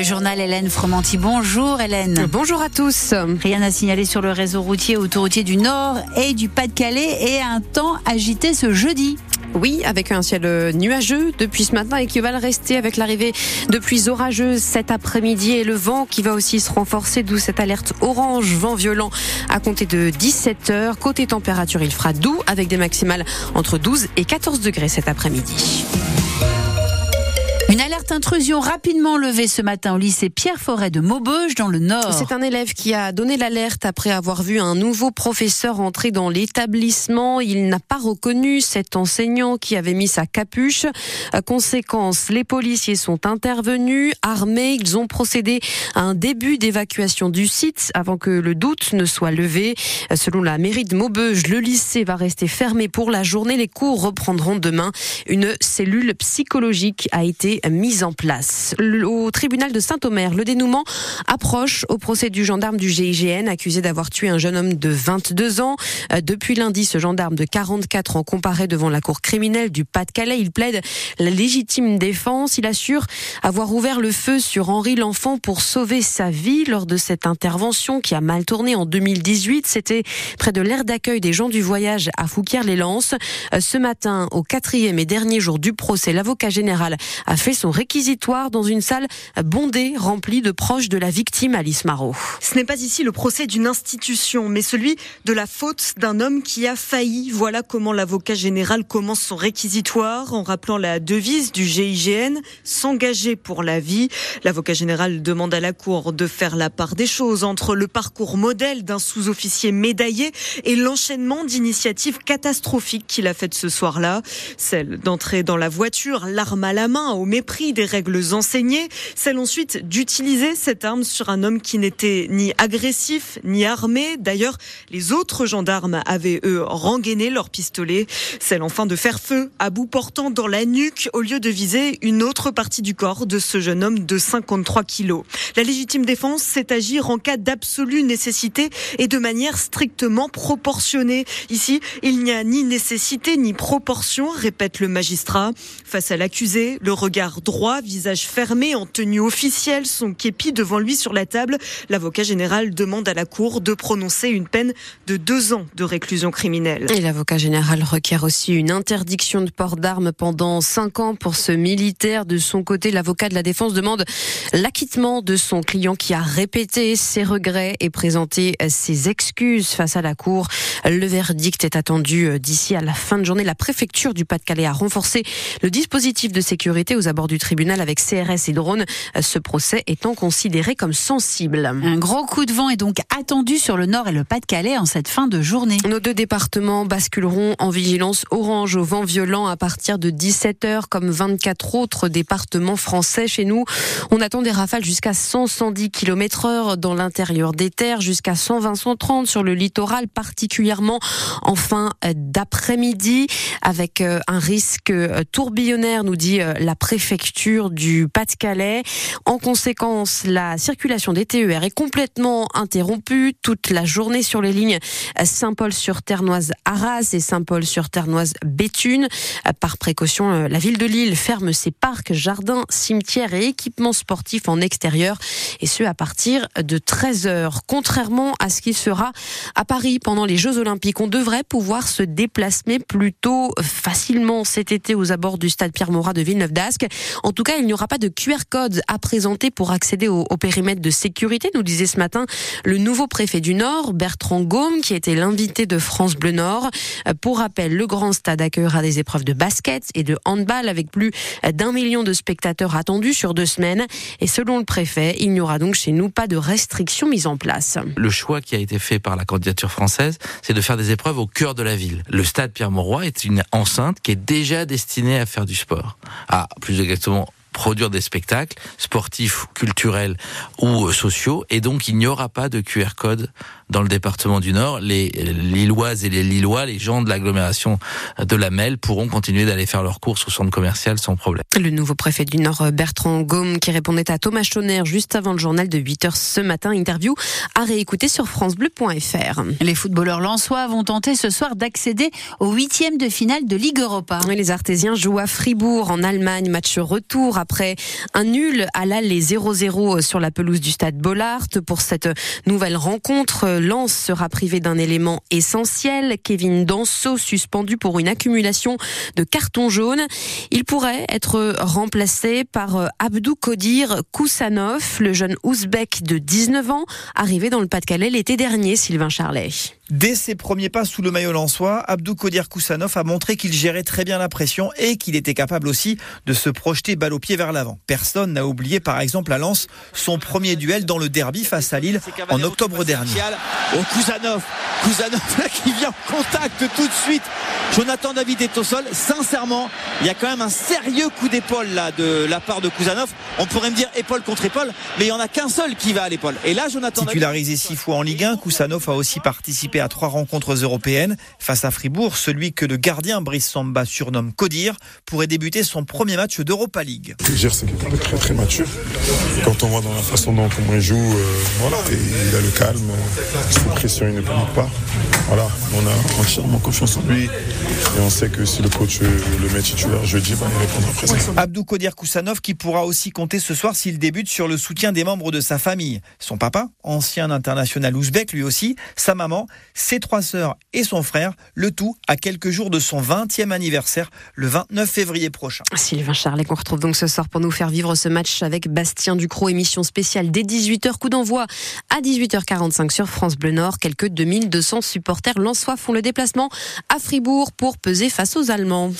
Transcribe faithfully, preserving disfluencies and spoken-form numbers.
journal, Hélène Fromanti. Bonjour Hélène. Bonjour à tous. Rien à signaler sur le réseau routier et autoroutier du Nord et du Pas-de-Calais et un temps agité ce jeudi. Oui, avec un ciel nuageux depuis ce matin et qui va le rester avec l'arrivée de pluies orageuses cet après-midi et le vent qui va aussi se renforcer, d'où cette alerte orange, vent violent à compter de dix-sept heures. Côté température, il fera doux avec des maximales entre douze et quatorze degrés cet après-midi. Une alerte intrusion rapidement levée ce matin au lycée Pierre Forêt de Maubeuge dans le Nord. C'est un élève qui a donné l'alerte après avoir vu un nouveau professeur entrer dans l'établissement. Il n'a pas reconnu cet enseignant qui avait mis sa capuche. Conséquence, les policiers sont intervenus, armés. Ils ont procédé à un début d'évacuation du site avant que le doute ne soit levé. Selon la mairie de Maubeuge, le lycée va rester fermé pour la journée. Les cours reprendront demain. Une cellule psychologique a été mise en place. Au tribunal de Saint-Omer, le dénouement approche au procès du gendarme du G I G N accusé d'avoir tué un jeune homme de vingt-deux ans. Depuis lundi, ce gendarme de quarante-quatre ans comparaît devant la cour criminelle du Pas-de-Calais. Il plaide la légitime défense. Il assure avoir ouvert le feu sur Henri L'Enfant pour sauver sa vie lors de cette intervention qui a mal tourné en deux mille dix-huit. C'était près de l'aire d'accueil des gens du voyage à Fouquier-les-Lances. Ce matin, au quatrième et dernier jour du procès, l'avocat général a fait son réquisitoire dans une salle bondée, remplie de proches de la victime, Alice Marot. Ce n'est pas ici le procès d'une institution, mais celui de la faute d'un homme qui a failli. Voilà comment l'avocat général commence son réquisitoire en rappelant la devise du G I G N, s'engager pour la vie. L'avocat général demande à la cour de faire la part des choses entre le parcours modèle d'un sous-officier médaillé et l'enchaînement d'initiatives catastrophiques qu'il a faites ce soir-là. Celle d'entrer dans la voiture, l'arme à la main, au mépris des règles enseignées, celle ensuite d'utiliser cette arme sur un homme qui n'était ni agressif ni armé. D'ailleurs, les autres gendarmes avaient eux rengainé leurs pistolets. Celle enfin de faire feu à bout portant dans la nuque au lieu de viser une autre partie du corps de ce jeune homme de cinquante-trois kilos. La légitime défense, c'est agir en cas d'absolue nécessité et de manière strictement proportionnée. Ici, il n'y a ni nécessité ni proportion, répète le magistrat. Face à l'accusé, le regard droit, visage fermé, en tenue officielle, son képi devant lui sur la table, l'avocat général demande à la cour de prononcer une peine de deux ans de réclusion criminelle. Et l'avocat général requiert aussi une interdiction de port d'armes pendant cinq ans pour ce militaire. De son côté, l'avocat de la défense demande l'acquittement de son client qui a répété ses regrets et présenté ses excuses face à la cour. Le verdict est attendu d'ici à la fin de journée. La préfecture du Pas-de-Calais a renforcé le dispositif de sécurité aux abords du tribunal avec C R S et drones, ce procès étant considéré comme sensible. Un gros coup de vent est donc attendu sur le Nord et le Pas-de-Calais en cette fin de journée. Nos deux départements basculeront en vigilance orange au vent violent à partir de dix-sept heures, comme vingt-quatre autres départements français. Chez nous, on attend des rafales jusqu'à cent à cent dix kilomètres heure dans l'intérieur des terres, jusqu'à cent vingt à cent trente sur le littoral, particulièrement en fin d'après-midi, avec un risque tourbillonnaire, nous dit la préfecture du Pas-de-Calais. En conséquence, la circulation des T E R est complètement interrompue toute la journée sur les lignes Saint-Paul-sur-Ternoise-Arras et Saint-Paul-sur-Ternoise-Béthune. Par précaution, la ville de Lille ferme ses parcs, jardins, cimetières et équipements sportifs en extérieur, et ce à partir de treize heures. Contrairement à ce qui sera à Paris pendant les Jeux Olympiques, on devrait pouvoir se déplacer plutôt facilement cet été aux abords du stade Pierre-Mauroy de Villeneuve-d'Ascq. En tout cas, il n'y aura pas de Q R code à présenter pour accéder au, au périmètre de sécurité, nous disait ce matin le nouveau préfet du Nord, Bertrand Gaume, qui était l'invité de France Bleu Nord. Pour rappel, le grand stade accueillera des épreuves de basket et de handball avec plus d'un million de spectateurs attendus sur deux semaines. Et selon le préfet, il n'y aura donc chez nous pas de restrictions mises en place. Le choix qui a été fait par la candidature française, c'est de faire des épreuves au cœur de la ville. Le stade Pierre-Mauroy est une enceinte qui est déjà destinée à faire du sport. À plus exactement produire des spectacles sportifs, culturels ou sociaux, et donc il n'y aura pas de Q R code dans le département du Nord, les Lilloises et les Lillois, les gens de l'agglomération de la Melle pourront continuer d'aller faire leurs courses au centre commercial sans problème. Le nouveau préfet du Nord, Bertrand Gaume, qui répondait à Thomas Chauner juste avant le journal de huit heures ce matin. Interview à réécouter sur francebleu point f r. Les footballeurs lensois vont tenter ce soir d'accéder au huitième de finale de Ligue Europa. Oui, les Artésiens jouent à Fribourg en Allemagne, match retour après un nul à l'aller zéro zéro sur la pelouse du stade Bollaert. Pour cette nouvelle rencontre, Lens sera privé d'un élément essentiel, Kevin Danso, suspendu pour une accumulation de cartons jaunes. Il pourrait être remplacé par Abdou Kodir Koussanov, le jeune ouzbek de dix-neuf ans, arrivé dans le Pas-de-Calais l'été dernier, Sylvain Charlet. Dès ses premiers pas sous le maillot lensois, Abdou Kodir Koussanov a montré qu'il gérait très bien la pression et qu'il était capable aussi de se projeter balle au pied vers l'avant. Personne n'a oublié par exemple à Lens son premier duel dans le derby face à Lille en octobre dernier. Au Koussanov, Koussanov là qui vient en contact tout de suite. Jonathan David est au sol. Sincèrement, il y a quand même un sérieux coup d'épaule là de la part de Koussanov. On pourrait me dire épaule contre épaule, mais il n'y en a qu'un seul qui va à l'épaule. Et là, Jonathan Titularisé David... six fois en Ligue un, Koussanov a aussi participé à trois rencontres européennes. Face à Fribourg, celui que le gardien Brice Samba surnomme Kodir pourrait débuter son premier match d'Europa League. Kodir, c'est quelqu'un de très très mature. Quand on voit dans la façon dont il joue, euh, voilà, et il a le calme, sous pression, il ne panique pas. Voilà, on a entièrement confiance en lui et on sait que si le coach le met titulaire jeudi, bah, il répondra présent. Abdou Kodir Koussanov qui pourra aussi compter ce soir s'il débute sur le soutien des membres de sa famille. Son papa, ancien international ouzbek lui aussi, sa maman, ses trois sœurs et son frère, le tout à quelques jours de son vingtième anniversaire, le vingt-neuf février prochain. Sylvain Charlet qu'on retrouve donc ce soir pour nous faire vivre ce match avec Bastien Ducrot, émission spéciale dès dix-huit heures, coup d'envoi à dix-huit heures quarante-cinq sur France Bleu Nord. Quelques deux mille deux cents supporters lensois font le déplacement à Fribourg pour peser face aux Allemands.